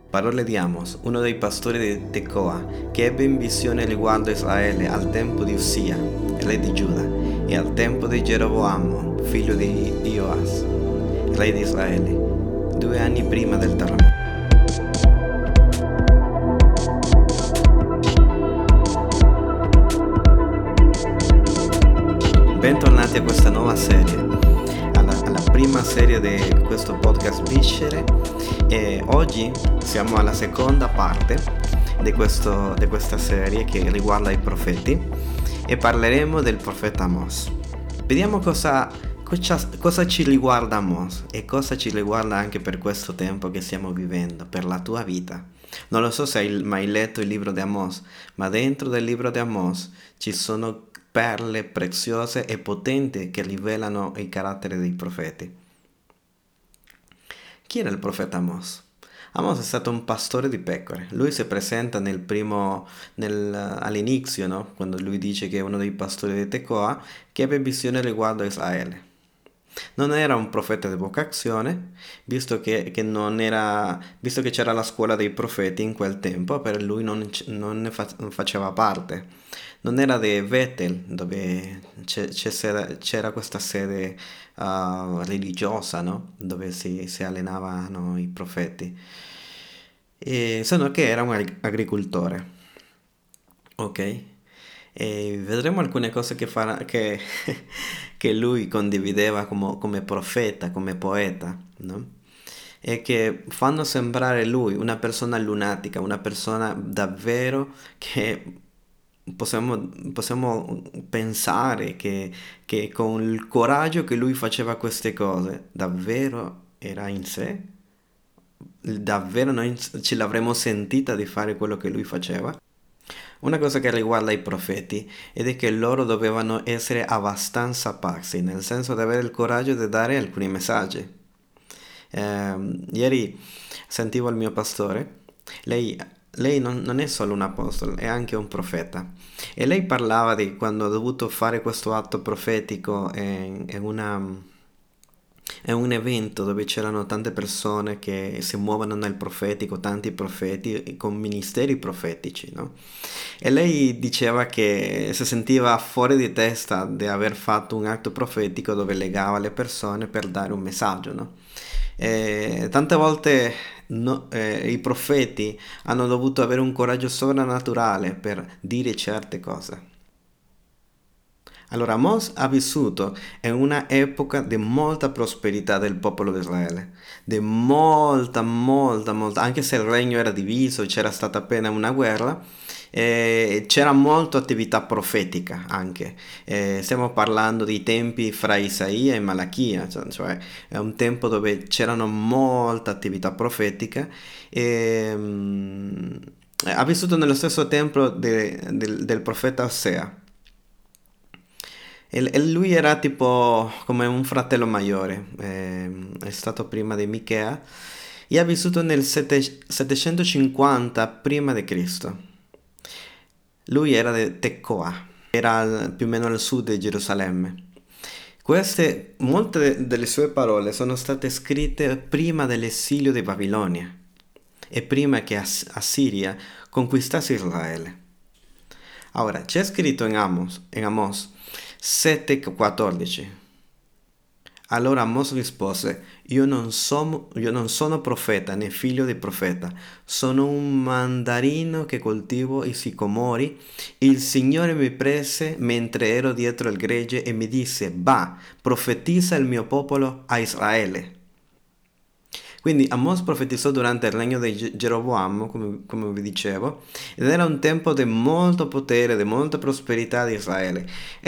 Parole di Amos, uno dei pastori di Tecoa, che ebbe in visione riguardo Israele al tempo di Ussia, re di Giuda, e al tempo di Geroboamo, figlio di Ioas, re di Israele, 2 anni prima del terremoto. Bentornati a questa nuova serie, alla prima serie di questo podcast Viscere, e oggi siamo alla seconda parte di questa serie che riguarda i profeti e parleremo del profeta Amos. Vediamo cosa ci riguarda Amos e cosa ci riguarda anche per questo tempo che stiamo vivendo, per la tua vita. Non lo so se hai mai letto il libro di Amos, ma dentro del libro di Amos ci sono perle preziose e potenti che rivelano il carattere dei profeti. Chi era il profeta Amos? Amos è stato un pastore di pecore. Lui si presenta all'inizio, no? Quando lui dice che è uno dei pastori di Tecoa, che ebbe visione riguardo a Israele. Non era un profeta di vocazione, visto che c'era la scuola dei profeti in quel tempo, per lui non ne faceva parte. Non era di Bethel, dove c'era questa sede religiosa, no? Dove si allenavano i profeti. Solo che era un agricoltore, ok? E vedremo alcune cose che lui condivideva come profeta, come poeta, no? E che fanno sembrare lui una persona lunatica, una persona davvero che possiamo pensare che con il coraggio che lui faceva queste cose, davvero era in sé? Davvero noi ce l'avremmo sentita di fare quello che lui faceva? Una cosa che riguarda i profeti ed è che loro dovevano essere abbastanza pazzi, nel senso di avere il coraggio di dare alcuni messaggi. Ieri sentivo il mio pastore, lei non è solo un apostolo, è anche un profeta. E lei parlava di quando ha dovuto fare questo atto profetico è un evento dove c'erano tante persone che si muovono nel profetico, tanti profeti con ministeri profetici, no? E lei diceva che si sentiva fuori di testa di aver fatto un atto profetico dove legava le persone per dare un messaggio, no? E tante volte i profeti hanno dovuto avere un coraggio sovrannaturale per dire certe cose. Allora, Amos ha vissuto in una epoca di molta prosperità del popolo di Israele, di molta, anche se il regno era diviso, c'era stata appena una guerra, c'era molta attività profetica anche. Stiamo parlando di tempi fra Isaia e Malachia, cioè è un tempo dove c'erano molta attività profetica e ha vissuto nello stesso tempo del profeta Osea. E lui era tipo come un fratello maggiore, è stato prima di Michea e ha vissuto nel 750 prima di Cristo. Lui era di Tecoa, era più o meno al sud di Gerusalemme. Molte delle sue parole sono state scritte prima dell'esilio di Babilonia e prima che Assiria conquistasse Israele. Ora, c'è scritto in Amos 7,14. Allora Amos rispose, io non sono profeta né figlio di profeta, sono un mandarino che coltivo i sicomori. Il Signore mi prese mentre ero dietro il gregge e mi disse, va, profetizza il mio popolo a Israele. Quindi Amos profetizzò durante il regno di Geroboamo, come vi dicevo, ed era un tempo di molto potere, di molta prosperità di Israele.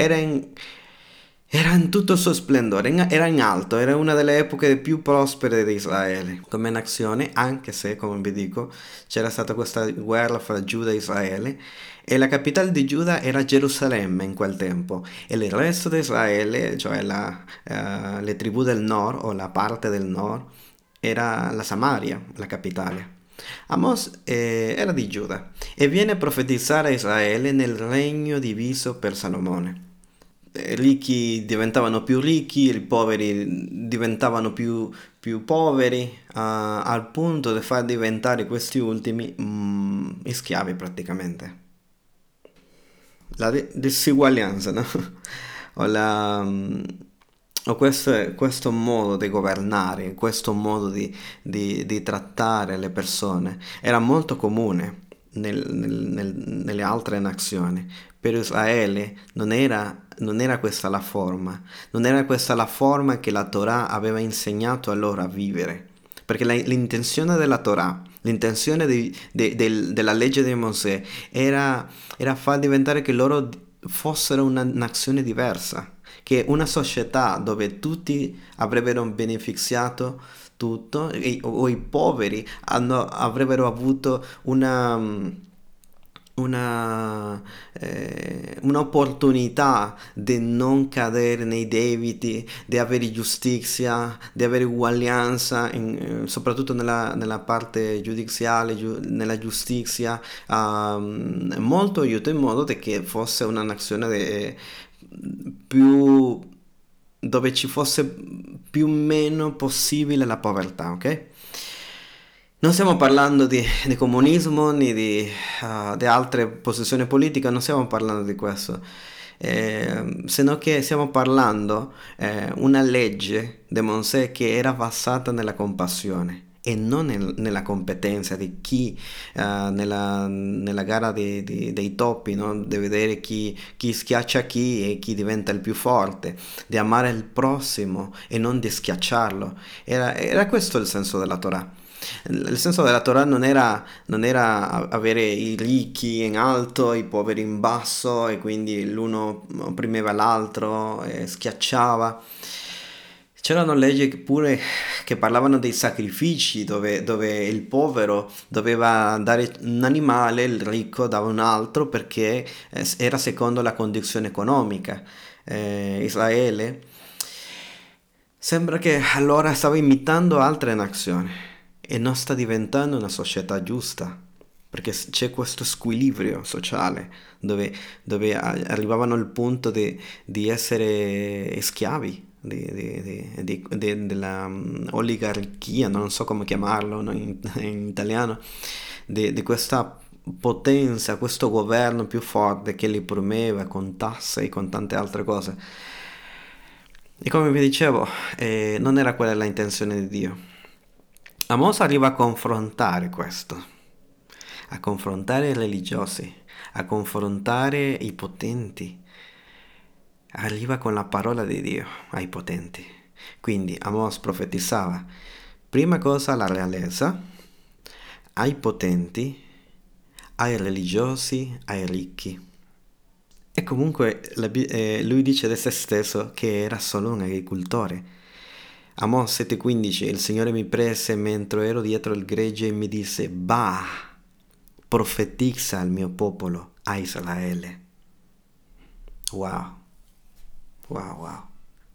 Era in tutto il suo splendore, era in alto, era una delle epoche più prospere di Israele come nazione, anche se, come vi dico, c'era stata questa guerra fra Giuda e Israele e la capitale di Giuda era Gerusalemme in quel tempo e il resto di Israele, cioè le tribù del nord o la parte del nord, era la Samaria, la capitale. Amos era di Giuda e viene a profetizzare a Israele nel regno diviso per Salomone. ricchi diventavano più ricchi, i poveri diventavano più poveri, al punto di far diventare questi ultimi schiavi praticamente. La disuguaglianza, no? O, la, o questo modo di governare, questo modo di trattare le persone era molto comune nelle altre nazioni. Per Israele non era questa la forma, non era questa la forma che la Torah aveva insegnato a loro a vivere. Perché l'intenzione della Torah, l'intenzione della legge di Mosè era far diventare che loro fossero una nazione diversa, che una società dove tutti avrebbero beneficiato tutto, o i poveri avrebbero avuto un'opportunità di non cadere nei debiti, di avere giustizia, di avere uguaglianza, soprattutto nella parte giudiziale, nella giustizia, molto aiuto in modo che fosse una nazione più dove ci fosse più o meno possibile la povertà, ok? Non stiamo parlando di comunismo né di altre posizioni politiche, non stiamo parlando di questo, se no che stiamo parlando una legge di Mosè che era basata nella compassione e non nella competenza di chi nella gara dei topi, no? Di vedere chi schiaccia chi e chi diventa il più forte, di amare il prossimo e non di schiacciarlo. Era questo il senso della Torah. Il senso della Torah non era avere i ricchi in alto, i poveri in basso e quindi l'uno opprimeva l'altro e schiacciava. C'erano leggi pure che parlavano dei sacrifici dove il povero doveva dare un animale, il ricco dava un altro perché era secondo la condizione economica. Israele sembra che allora stava imitando altre nazioni e non sta diventando una società giusta, perché c'è questo squilibrio sociale dove arrivavano al punto di essere schiavi della oligarchia, non so come chiamarlo, no, in italiano, di questa potenza, questo governo più forte che li premeva con tasse e con tante altre cose. E come vi dicevo, non era quella la intenzione di Dio. Amos arriva a confrontare questo, a confrontare i religiosi, a confrontare i potenti. Arriva con la parola di Dio ai potenti. Quindi Amos profetizzava prima cosa alla realezza, ai potenti, ai religiosi, ai ricchi. E comunque lui dice di se stesso che era solo un agricoltore. Amós 7:15 il Signore mi prese mentre ero dietro il gregge e mi disse, bah, profetizza al mio popolo, a Israele. Wow, wow, wow.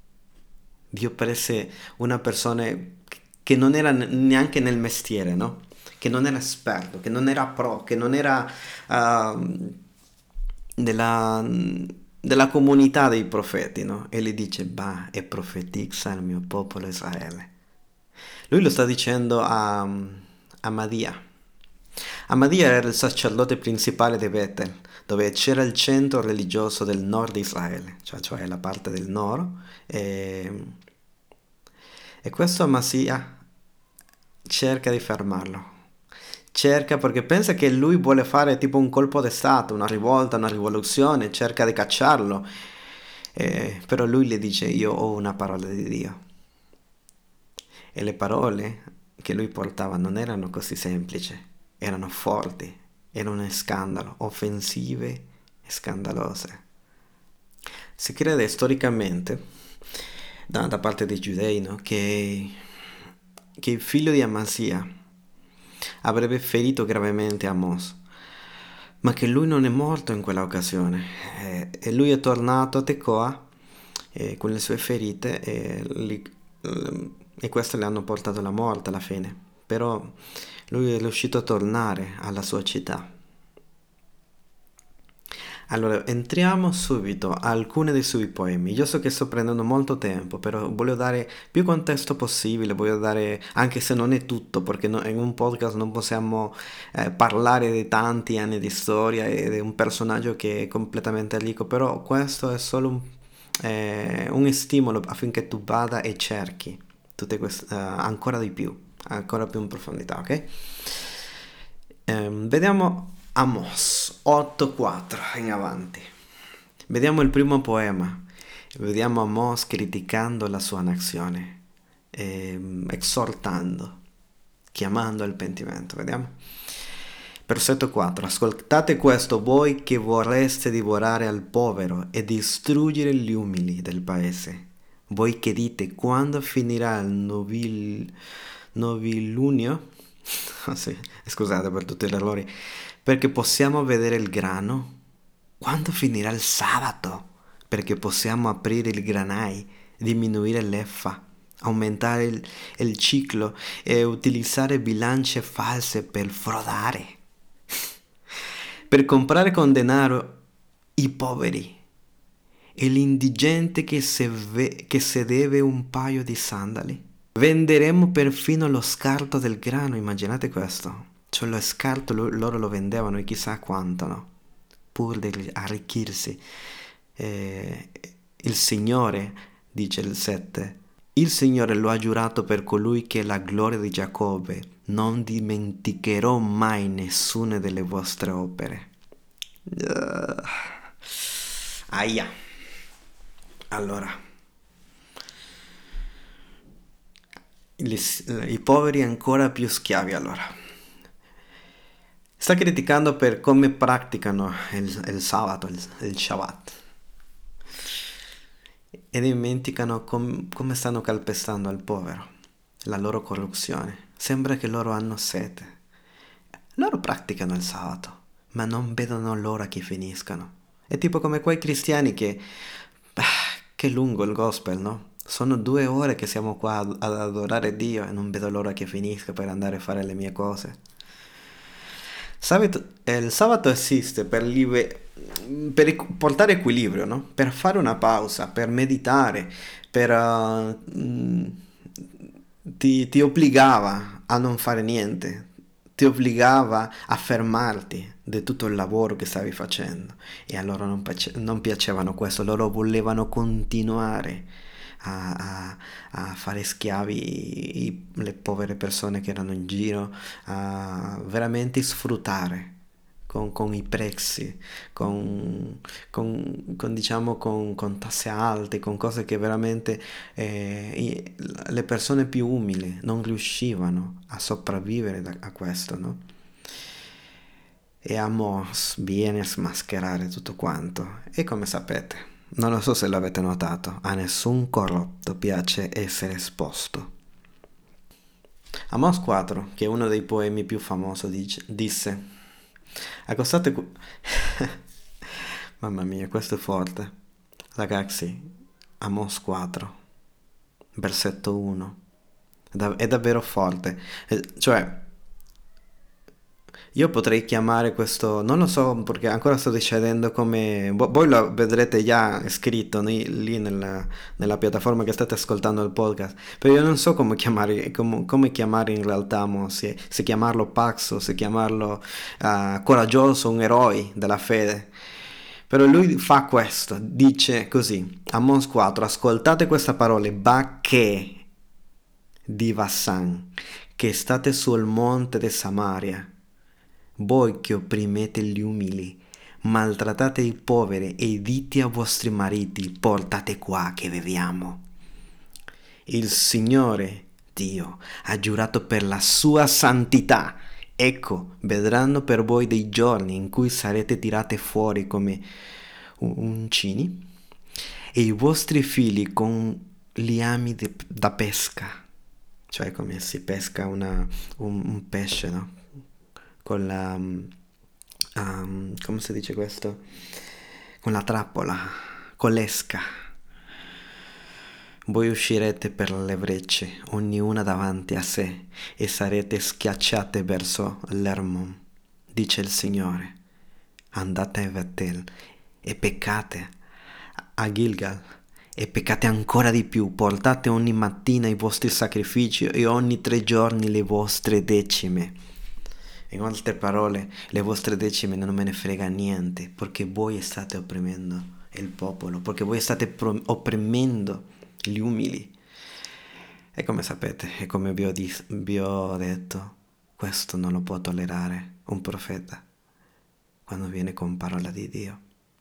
Dio prese una persona che non era neanche nel mestiere, no? Che non era esperto, che non era pro, che non era della, della comunità dei profeti, no? E gli dice, bah, e profetizza al mio popolo Israele. Lui lo sta dicendo a Madia. Amadia era il sacerdote principale di Betel, dove c'era il centro religioso del nord di Israele, cioè la parte del nord, e questo Amasia cerca di fermarlo. Cerca perché pensa che lui vuole fare tipo un colpo di stato, una rivolta, una rivoluzione, cerca di cacciarlo. Però lui le dice io ho una parola di Dio. E le parole che lui portava non erano così semplici, erano forti, erano un scandalo, offensive e scandalose. Si crede storicamente, da parte dei giudei, no, che il figlio di Amasia avrebbe ferito gravemente Amos, ma che lui non è morto in quella occasione. E lui è tornato a Tecoa con le sue ferite e queste le hanno portato alla morte alla fine. Però lui è riuscito a tornare alla sua città. Allora, entriamo subito a alcuni dei suoi poemi. Io so che sto prendendo molto tempo, però voglio dare più contesto possibile, voglio dare, anche se non è tutto, perché in un podcast non possiamo parlare di tanti anni di storia e di un personaggio che è completamente ricco, però questo è solo un stimolo affinché tu vada e cerchi tutte queste, ancora più in profondità, ok? Vediamo Amos 8:4 in avanti. Vediamo il primo poema. Vediamo Amos criticando la sua nazione, esortando, chiamando al pentimento. Vediamo. Versetto 4. Ascoltate questo voi che vorreste divorare al povero e distruggere gli umili del paese. Voi che dite quando finirà il novilunio? Ah, sì, scusate per tutti gli errori. Perché possiamo vedere il grano? Quando finirà il sabato? Perché possiamo aprire il granai, diminuire l'effa, aumentare il ciclo e utilizzare bilance false per frodare, per comprare con denaro i poveri e l'indigente che se deve un paio di sandali. Venderemo perfino lo scarto del grano, immaginate questo. Cioè lo scarto loro lo vendevano e chissà quanto, no? Pur di arricchirsi. Eh, il Signore, dice il 7, il Signore lo ha giurato per colui che è la gloria di Giacobbe, non dimenticherò mai nessuna delle vostre opere. Uh, Aia. Allora, i poveri ancora più schiavi allora. Sta criticando per come praticano il sabato, il Shabbat. E dimenticano come stanno calpestando al povero, la loro corruzione. Sembra che loro hanno sete. Loro praticano il sabato, ma non vedono l'ora che finiscano. È tipo come quei cristiani che è lungo il gospel, no? Sono 2 ore che siamo qua ad adorare Dio e non vedo l'ora che finisca per andare a fare le mie cose. Il sabato esiste per portare equilibrio, no? Per fare una pausa, per meditare, per, ti obbligava a non fare niente, ti obbligava a fermarti di tutto il lavoro che stavi facendo e a loro non piacevano questo, loro volevano continuare a fare schiavi le povere persone che erano in giro, a veramente sfruttare con i prezzi, diciamo con tasse alte, con cose che veramente le persone più umili non riuscivano a sopravvivere a questo, no? E Amos viene a smascherare tutto quanto. E come sapete, non lo so se l'avete notato, a nessun corrotto piace essere esposto. Amos 4, che è uno dei poemi più famosi, disse: Accostate Mamma mia, questo è forte. Ragazzi, Amos 4, versetto 1. È davvero forte. Cioè, io potrei chiamare questo, non lo so perché ancora sto decidendo come, voi lo vedrete già scritto lì nella piattaforma che state ascoltando il podcast, però io non so come chiamare in realtà, se chiamarlo pazzo, se chiamarlo coraggioso, un eroe della fede. Però lui fa questo, dice così, Amos 4, ascoltate queste parole, Bacche di Vassan, che state sul monte di Samaria. Voi che opprimete gli umili, maltrattate i poveri e dite a vostri mariti, portate qua che beviamo. Il Signore, Dio, ha giurato per la sua santità. Ecco, vedranno per voi dei giorni in cui sarete tirate fuori come uncini e i vostri figli con liami da pesca, cioè come si pesca un pesce, no? Con la come si dice questo? Con la trappola, con l'esca. Voi uscirete per le brecce, ognuna davanti a sé, e sarete schiacciate verso l'Ermon, dice il Signore. Andate a Betel e peccate a Gilgal e peccate ancora di più, portate ogni mattina i vostri sacrifici e ogni 3 giorni le vostre decime. In altre parole, le vostre decime non me ne frega niente, perché voi state opprimendo il popolo, perché voi state opprimendo gli umili. E come sapete, e come vi ho detto, questo non lo può tollerare un profeta quando viene con parola di Dio.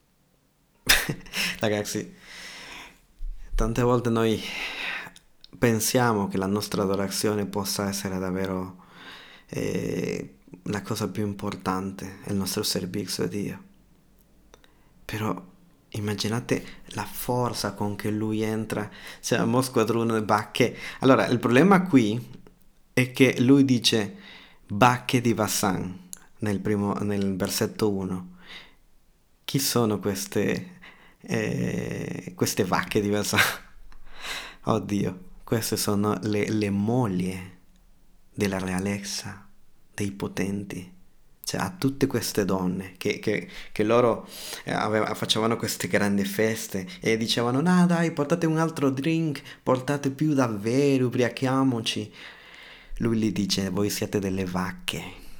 Ragazzi, tante volte noi pensiamo che la nostra adorazione possa essere davvero la cosa più importante, il nostro servizio a Dio. Però immaginate la forza con che lui entra, cioè mo squadrone bacche. Allora, il problema qui è che lui dice bacche di Vassan nel versetto 1. Chi sono queste vacche di Vassan? Oddio, queste sono le mogli della realezza, dei potenti. Cioè, a tutte queste donne che loro facevano queste grandi feste e dicevano, no dai, portate un altro drink, portate più davvero, ubriachiamoci. Lui gli dice, voi siete delle vacche.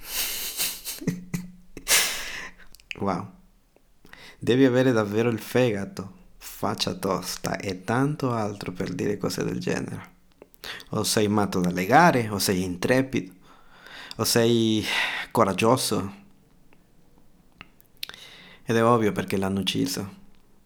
Wow. Devi avere davvero il fegato, faccia tosta e tanto altro per dire cose del genere. O sei matto dalle gare, o sei intrepido, o sei coraggioso. Ed è ovvio perché l'hanno ucciso.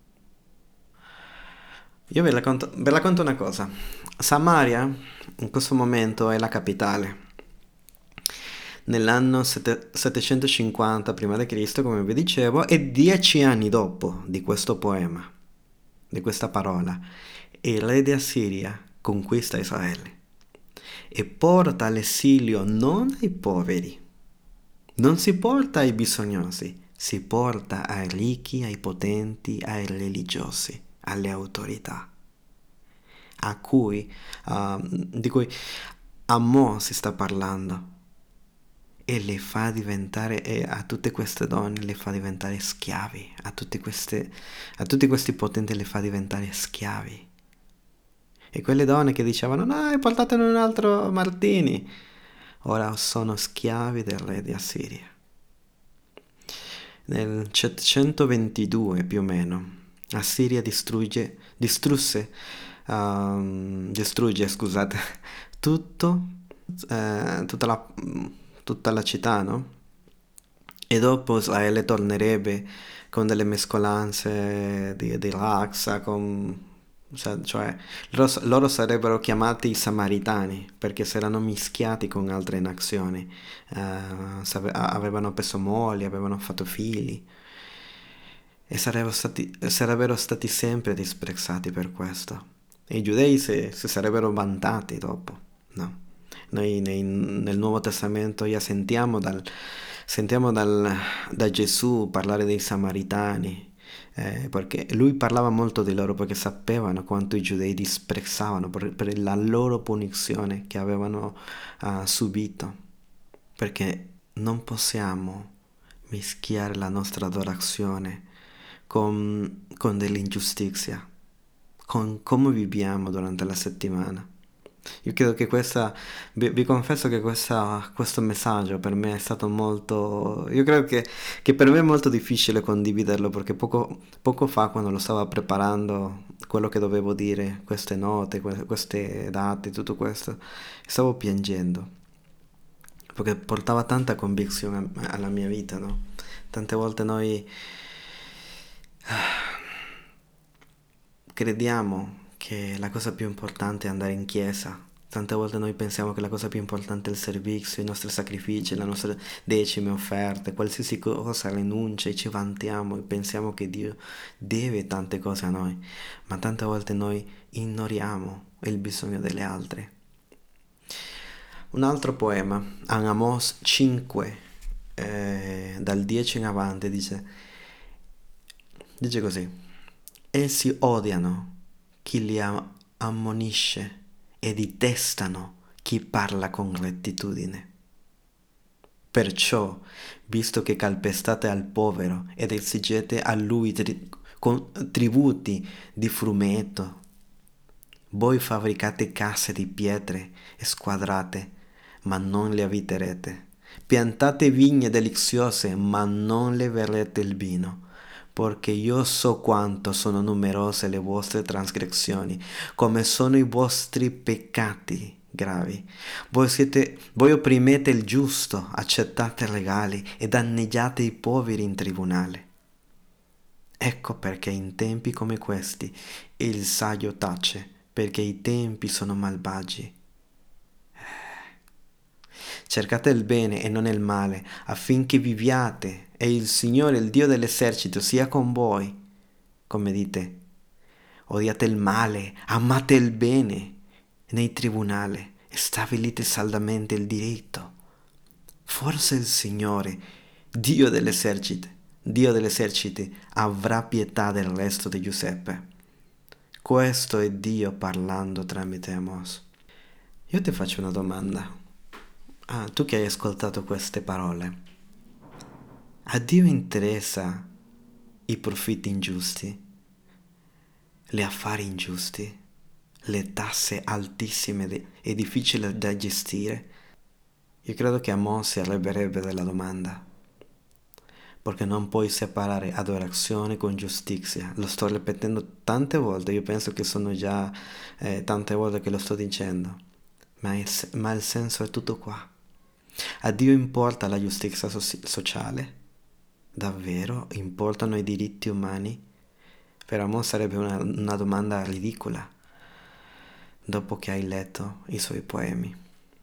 Io ve la conto una cosa. Samaria in questo momento è la capitale. Nell'anno 750 prima di Cristo, come vi dicevo, e 10 anni dopo di questo poema, di questa parola, il re di Assiria conquista Israele e porta all'esilio non ai poveri, non si porta ai bisognosi, si porta ai ricchi, ai potenti, ai religiosi, alle autorità, di cui Amò si sta parlando. E le fa diventare, e a tutte queste donne le fa diventare schiavi, a tutti questi potenti le fa diventare schiavi. E quelle donne che dicevano, no, portatene un altro Martini, ora sono schiavi del re di Assiria. Nel 722 più o meno, Assiria distrugge, scusate, tutto, eh, tutta la, tutta la città, no? E dopo Israele tornerebbe con delle mescolanze di razza, cioè loro sarebbero chiamati i Samaritani perché si erano mischiati con altre nazioni. Avevano preso mogli, avevano fatto figli e sarebbero stati sempre disprezzati per questo. E i giudei si sarebbero vantati dopo, no? Noi nel Nuovo Testamento già da Gesù parlare dei Samaritani, perché lui parlava molto di loro perché sapevano quanto i giudei disprezzavano per la loro punizione che avevano subito, perché non possiamo mischiare la nostra adorazione con dell'ingiustizia, con come viviamo durante la settimana. Io credo che vi confesso che questo messaggio per me è stato molto, io credo che per me è molto difficile condividerlo perché poco fa quando lo stavo preparando, quello che dovevo dire, queste note, queste date, tutto questo, stavo piangendo perché portava tanta convinzione alla mia vita, no? Tante volte noi crediamo che la cosa più importante è andare in chiesa. Tante volte noi pensiamo che la cosa più importante è il servizio, i nostri sacrifici, le nostre decime offerte, qualsiasi cosa rinuncia e ci vantiamo e pensiamo che Dio deve tante cose a noi, ma tante volte noi ignoriamo il bisogno delle altre. Un altro poema, Amos 5, dal 10 in avanti, dice così: essi odiano chi li ammonisce e detestano chi parla con rettitudine. Perciò, visto che calpestate al povero ed esigete a lui tributi di frumento, voi fabbricate case di pietre e squadrate, ma non le abiterete. Piantate vigne deliziose, ma non le berrete il vino. Perché io so quanto sono numerose le vostre trasgressioni, come sono i vostri peccati gravi. Voi opprimete il giusto, accettate regali e danneggiate i poveri in tribunale. Ecco perché in tempi come questi il saggio tace, perché i tempi sono malvagi. Cercate il bene e non il male, affinché viviate e il Signore, il Dio dell'esercito, sia con voi. Come dite, odiate il male, amate il bene. Nei tribunali stabilite saldamente il diritto. Forse il Signore, Dio dell'eserciti, avrà pietà del resto di Giuseppe. Questo è Dio parlando tramite Amos. Io ti faccio una domanda. Tu che hai ascoltato queste parole, a Dio interessa i profitti ingiusti, gli affari ingiusti, le tasse altissime e difficili da gestire? Io credo che Amos si arrebberebbe della domanda, perché non puoi separare adorazione con giustizia. Lo sto ripetendo tante volte, io penso che sono già tante volte che lo sto dicendo, ma il senso è tutto qua. A Dio importa la giustizia sociale? Davvero? Importano i diritti umani? Per Amos sarebbe una domanda ridicola, dopo che hai letto i suoi poemi.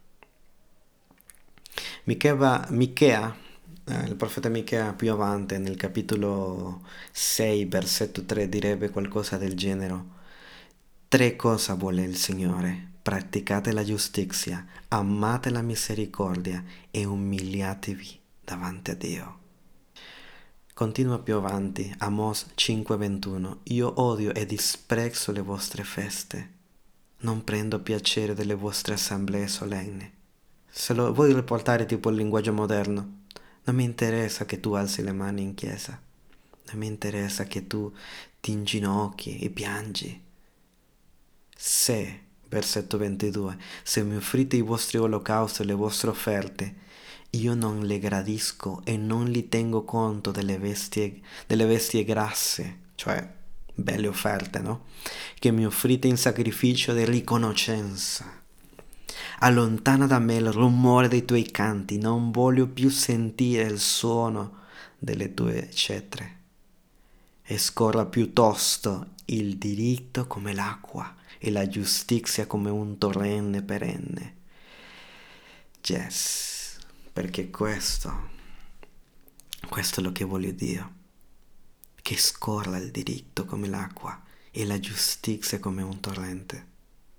Il profeta Michea più avanti nel capitolo 6, versetto 3 direbbe qualcosa del genere. Tre cose vuole il Signore: praticate la giustizia, amate la misericordia e umiliatevi davanti a Dio. Continua più avanti, Amos 5:21. Io odio e disprezzo le vostre feste. Non prendo piacere delle vostre assemblee solenni. Se lo vuoi riportare tipo il linguaggio moderno, non mi interessa che tu alzi le mani in chiesa. Non mi interessa che tu ti inginocchi e piangi. Se, versetto 22, se mi offrite i vostri olocausti e le vostre offerte, io non le gradisco e non li tengo conto delle bestie grasse, cioè belle offerte, no? Che mi offrite in sacrificio di riconoscenza. Allontana da me il rumore dei tuoi canti, non voglio più sentire il suono delle tue cetre. E scorra piuttosto il diritto come l'acqua e la giustizia come un torrente perenne. Yes, perché questo è lo che voglio Dio, che scorra il diritto come l'acqua e la giustizia come un torrente.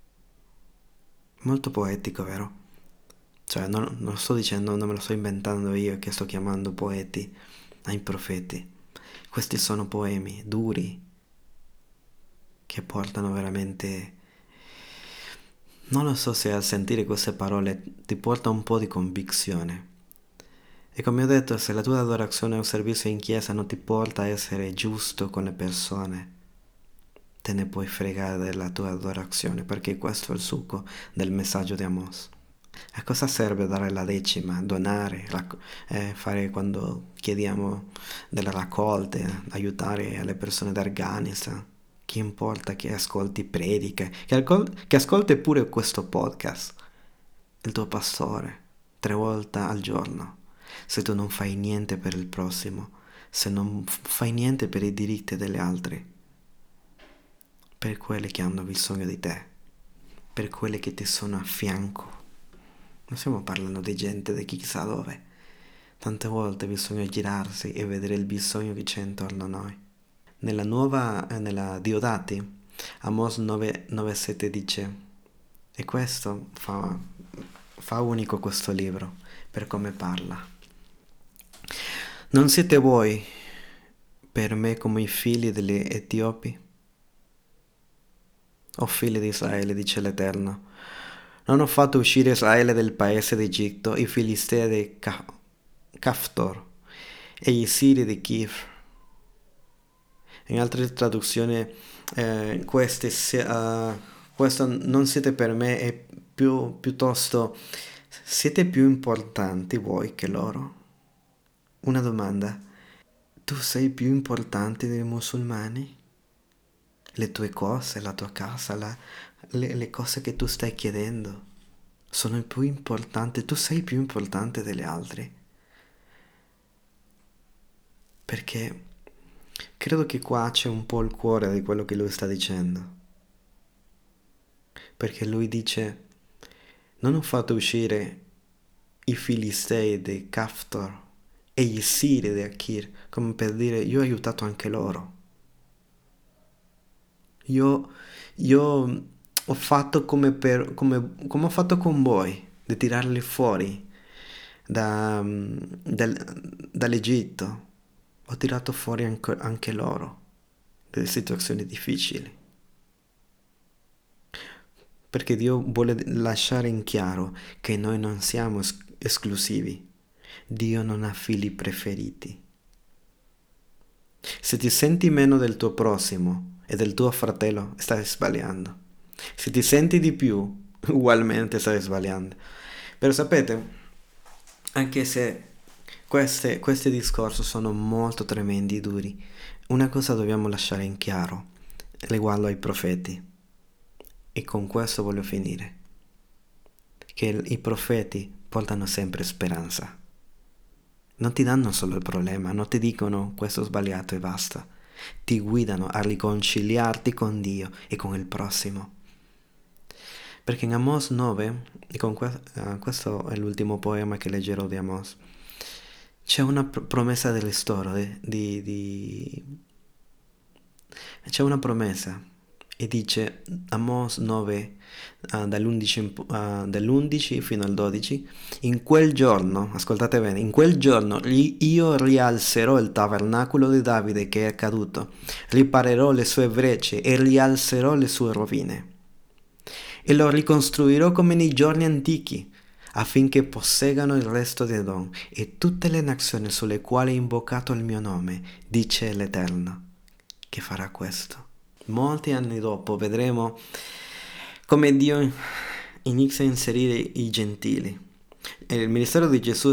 Molto poetico, vero? Cioè, non lo sto dicendo, non me lo sto inventando io che sto chiamando poeti ai profeti. Questi sono poemi duri che portano veramente... Non lo so se al sentire queste parole ti porta un po' di convinzione. E come ho detto, se la tua adorazione o servizio in chiesa non ti porta a essere giusto con le persone, te ne puoi fregare della tua adorazione, perché questo è il succo del messaggio di Amos. A cosa serve dare la decima, donare, fare quando chiediamo delle raccolte, aiutare le persone d'Afghanistan? Chi importa che ascolti prediche, che ascolti pure questo podcast, il tuo pastore, 3 volte al giorno, se tu non fai niente per il prossimo, se non fai niente per i diritti degli altri, per quelli che hanno bisogno di te, per quelli che ti sono a fianco. Non stiamo parlando di gente di chissà dove. Tante volte bisogna girarsi e vedere il bisogno che c'è intorno a noi. Nella Diodati, Amos 9:7 dice, e questo fa unico questo libro per come parla. Non siete voi per me come i figli degli Etiopi? O figli di Israele, dice l'Eterno. Non ho fatto uscire Israele del paese d'Egitto, i filistei Caftor e i siri di Kir. In altre traduzioni, questo non siete per me, è piuttosto siete più importanti voi che loro. Una domanda. Tu sei più importante dei musulmani? Le tue cose, la tua casa, le cose che tu stai chiedendo sono più importanti. Tu sei più importante delle altre. Perché credo che qua c'è un po' il cuore di quello che lui sta dicendo. Perché lui dice, non ho fatto uscire i filistei di Caftor e gli siri di Achir, come per dire, io ho aiutato anche loro. Io, io ho fatto come ho fatto con voi, di tirarli fuori dall'Egitto. Ho tirato fuori anche loro, delle situazioni difficili. Perché Dio vuole lasciare in chiaro che noi non siamo esclusivi. Dio non ha figli preferiti. Se ti senti meno del tuo prossimo e del tuo fratello, stai sbagliando. Se ti senti di più, ugualmente stai sbagliando. Però sapete, anche se questi discorsi sono molto tremendi e duri, una cosa dobbiamo lasciare in chiaro riguardo ai profeti. E con questo voglio finire. Che i profeti portano sempre speranza. Non ti danno solo il problema, non ti dicono questo è sbagliato e basta. Ti guidano a riconciliarti con Dio e con il prossimo. Perché in Amos 9, e questo è l'ultimo poema che leggerò di Amos, c'è una promessa del ristoro, c'è una promessa e dice Amos 9 dall'11 fino al 12, in quel giorno, ascoltate bene, in quel giorno io rialzerò il tabernacolo di Davide che è caduto, riparerò le sue brecce e rialzerò le sue rovine e lo ricostruirò come nei giorni antichi, affinché posseggano il resto di Edom e tutte le nazioni sulle quali ho invocato il mio nome, dice l'Eterno, che farà questo. Molti anni dopo vedremo come Dio inizia a inserire i gentili. E il ministero di Gesù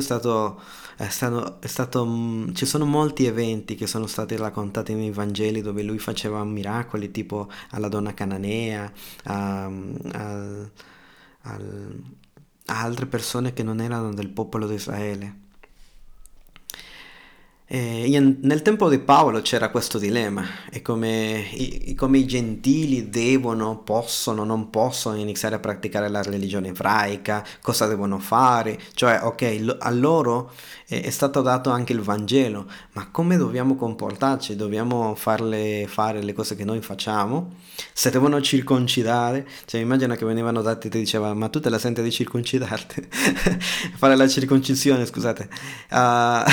ci sono molti eventi che sono stati raccontati nei Vangeli dove lui faceva miracoli tipo alla donna cananea, a, a- al- a altre persone che non erano del popolo di Israele. Nel tempo di Paolo c'era questo dilemma, è come i gentili devono, possono, non possono iniziare a praticare la religione ebraica, cosa devono fare, cioè ok, a loro è stato dato anche il Vangelo, ma come dobbiamo comportarci? Dobbiamo farle fare le cose che noi facciamo? Se devono circoncidare, cioè immagina che venivano dati e ti diceva ma tu te la senti di circoncidarti? Fare la circoncisione, scusate. Ah,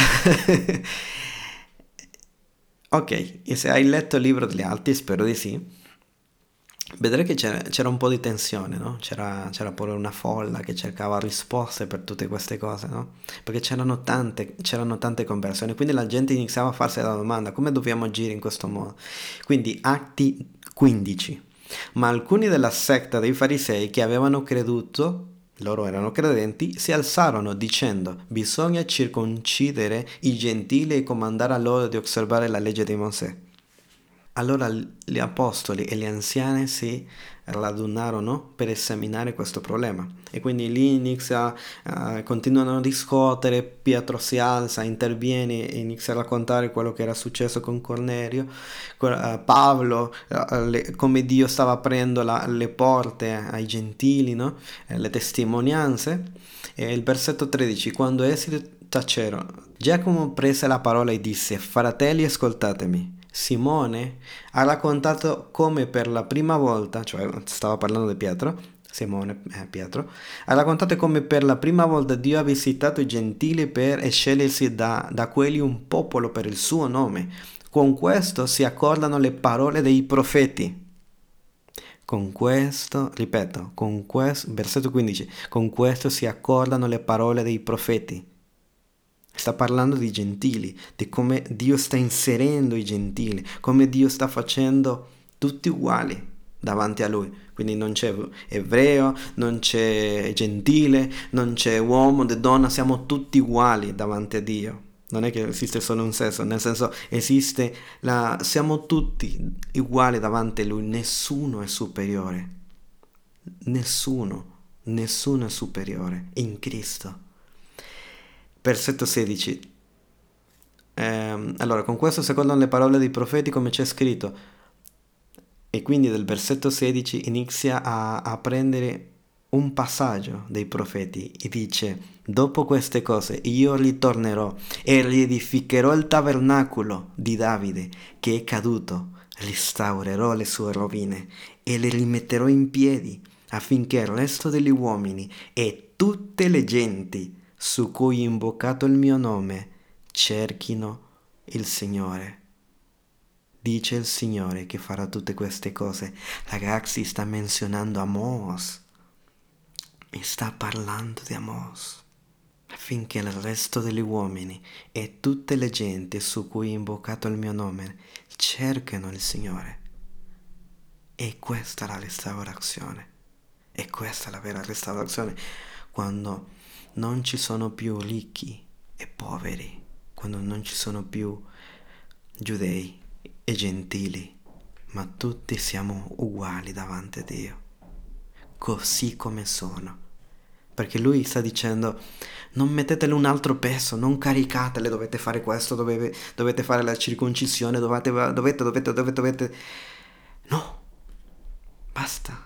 ok, e se hai letto il libro degli Alti, spero di sì, vedrai che c'era un po' di tensione, no? C'era pure una folla che cercava risposte per tutte queste cose, no? Perché c'erano tante conversioni, quindi la gente iniziava a farsi la domanda, come dobbiamo agire in questo modo? Quindi Atti 15. Ma alcuni della setta dei farisei che avevano creduto, loro erano credenti, si alzarono dicendo, bisogna circoncidere i gentili e comandare a loro di osservare la legge di Mosè. Allora gli apostoli e gli anziani si radunarono per esaminare questo problema e quindi lì continuano a discutere, Pietro si alza, interviene e inizia a raccontare quello che era successo con Cornelio, Paolo, come Dio stava aprendo le porte ai gentili, no? Le testimonianze. E il versetto 13, quando essi tacevano, Giacomo prese la parola e disse, fratelli ascoltatemi. Simone ha raccontato come per la prima volta, cioè stava parlando di Pietro, Simone, Pietro, ha raccontato come per la prima volta Dio ha visitato i gentili per scegliersi da quelli un popolo per il suo nome. Con questo si accordano le parole dei profeti. Con questo, ripeto, con questo, versetto 15, con questo si accordano le parole dei profeti. Sta parlando di gentili, di come Dio sta inserendo i gentili, come Dio sta facendo tutti uguali davanti a Lui. Quindi non c'è ebreo, non c'è gentile, non c'è uomo né donna, siamo tutti uguali davanti a Dio. Non è che esiste solo un sesso, nel senso esiste siamo tutti uguali davanti a Lui, nessuno è superiore. Nessuno è superiore in Cristo. Versetto 16. Allora, con questo secondo le parole dei profeti come c'è scritto. E quindi dal versetto 16 inizia a prendere un passaggio dei profeti e dice: dopo queste cose io ritornerò e riedificherò il tabernacolo di Davide che è caduto, restaurerò le sue rovine e le rimetterò in piedi affinché il resto degli uomini e tutte le genti su cui ho invocato il mio nome cerchino il Signore. Dice il Signore che farà tutte queste cose. Ragazzi, sta menzionando Amos e sta parlando di Amos affinché il resto degli uomini e tutte le genti su cui ho invocato il mio nome cerchino il Signore. E questa è la restaurazione. E questa è la vera restaurazione, quando non ci sono più ricchi e poveri, quando non ci sono più giudei e gentili, ma tutti siamo uguali davanti a Dio, così come sono. Perché lui sta dicendo: non mettetele un altro peso, non caricatele, dovete fare questo, dovete fare la circoncisione, dovete. No, basta.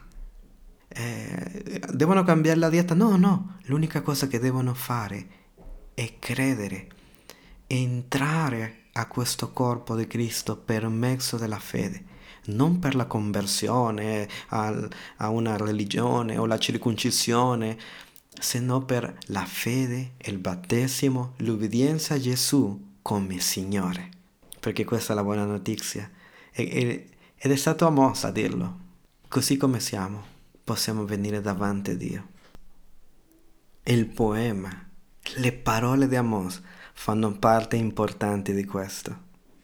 Devono cambiare la dieta? No, l'unica cosa che devono fare è credere, entrare a questo corpo di Cristo per mezzo della fede, non per la conversione a una religione o la circoncisione, sino per la fede, il battesimo, l'obbedienza a Gesù come Signore. Perché questa è la buona notizia. Ed è stato Amos a dirlo. Così come siamo, possiamo venire davanti a Dio. Il poema, le parole di Amos fanno parte importante di questo.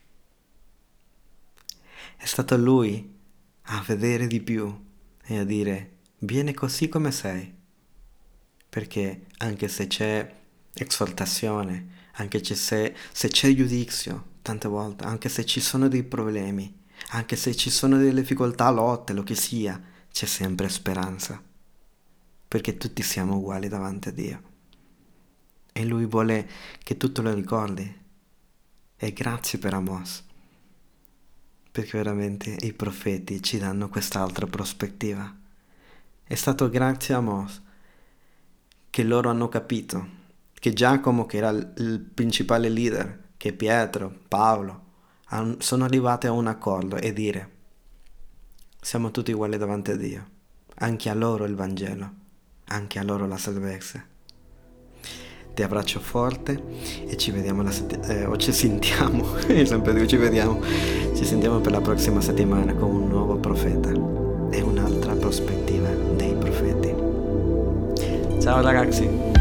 È stato lui a vedere di più e a dire: vieni così come sei. Perché anche se c'è esortazione, anche se c'è giudizio, tante volte, anche se ci sono dei problemi, anche se ci sono delle difficoltà, lotte, lo che sia, c'è sempre speranza. Perché tutti siamo uguali davanti a Dio. E Lui vuole che tu te lo ricordi. E grazie per Amos. Perché veramente i profeti ci danno quest'altra prospettiva. È stato grazie a Amos che loro hanno capito che Giacomo, che era il principale leader, che Pietro, Paolo, sono arrivati a un accordo e dire: siamo tutti uguali davanti a Dio, anche a loro il Vangelo, anche a loro la salvezza. Ti abbraccio forte e ci vediamo o ci sentiamo, io sempre dico ci sentiamo per la prossima settimana con un nuovo profeta e un'altra prospettiva dei profeti. Ciao ragazzi!